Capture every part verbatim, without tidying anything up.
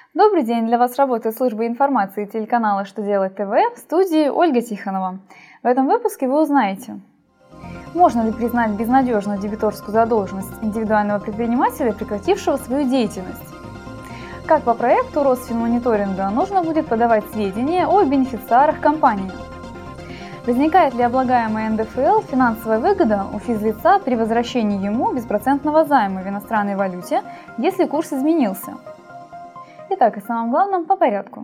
Добрый день! Для вас работает служба информации телеканала «Что делать ТВ», в студии Ольга Тихонова. В этом выпуске вы узнаете: можно ли признать безнадежную дебиторскую задолженность индивидуального предпринимателя, прекратившего свою деятельность? Как по проекту Росфинмониторинга нужно будет подавать сведения о бенефициарах компании? Возникает ли облагаемая эн дэ эф эл финансовая выгода у физлица при возвращении ему беспроцентного займа в иностранной валюте, если курс изменился? Итак, о самом главном по порядку.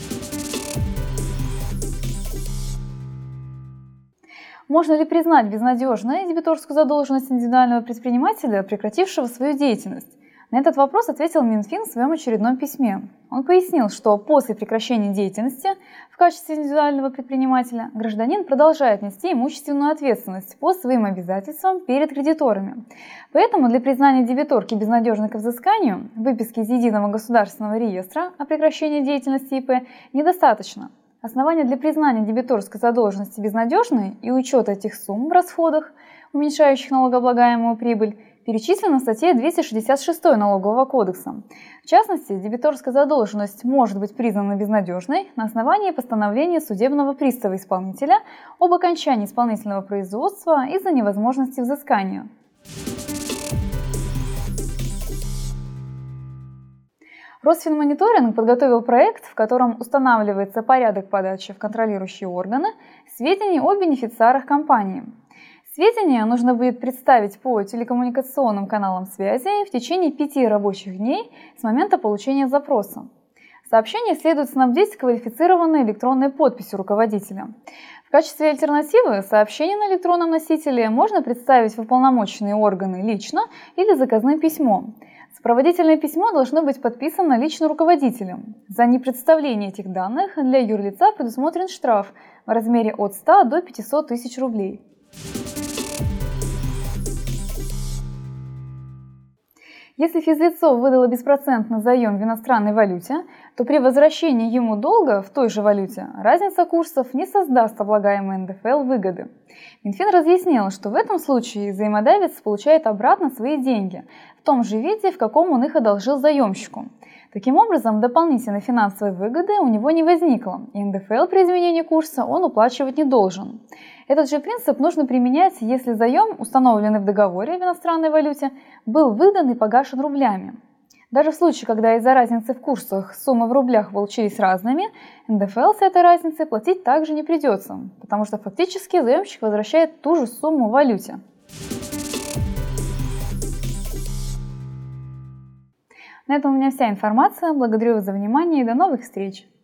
Можно ли признать безнадежной дебиторскую задолженность индивидуального предпринимателя, прекратившего свою деятельность? На этот вопрос ответил Минфин в своем очередном письме. Он пояснил, что после прекращения деятельности в качестве индивидуального предпринимателя гражданин продолжает нести имущественную ответственность по своим обязательствам перед кредиторами. Поэтому для признания дебиторки безнадежной к взысканию выписки из Единого государственного реестра о прекращении деятельности и пэ недостаточно. Основания для признания дебиторской задолженности безнадежной и учета этих сумм в расходах, уменьшающих налогооблагаемую прибыль, перечислено в статье двести шестьдесят шесть Налогового кодекса. В частности, дебиторская задолженность может быть признана безнадежной на основании постановления судебного пристава-исполнителя об окончании исполнительного производства из-за невозможности взыскания. Росфинмониторинг подготовил проект, в котором устанавливается порядок подачи в контролирующие органы сведений о бенефициарах компании. Сведения нужно будет представить по телекоммуникационным каналам связи в течение пяти рабочих дней с момента получения запроса. Сообщение следует снабдить квалифицированной электронной подписью руководителя. В качестве альтернативы сообщение на электронном носителе можно представить в уполномоченные органы лично или заказным письмом. Сопроводительное письмо должно быть подписано лично руководителем. За непредставление этих данных для юрлица предусмотрен штраф в размере от ста до пятисот тысяч рублей. Если физлицо выдало беспроцентный заем в иностранной валюте, то при возвращении ему долга в той же валюте разница курсов не создаст облагаемой эн дэ эф эл выгоды. Минфин разъяснил, что в этом случае заимодавец получает обратно свои деньги в том же виде, в каком он их одолжил заемщику. Таким образом, дополнительной финансовой выгоды у него не возникло, и эн дэ эф эл при изменении курса он уплачивать не должен. Этот же принцип нужно применять, если заем, установленный в договоре в иностранной валюте, был выдан и погашен рублями. Даже в случае, когда из-за разницы в курсах суммы в рублях получились разными, эн дэ эф эл с этой разницы платить также не придется, потому что фактически заемщик возвращает ту же сумму в валюте. На этом у меня вся информация. Благодарю вас за внимание и до новых встреч!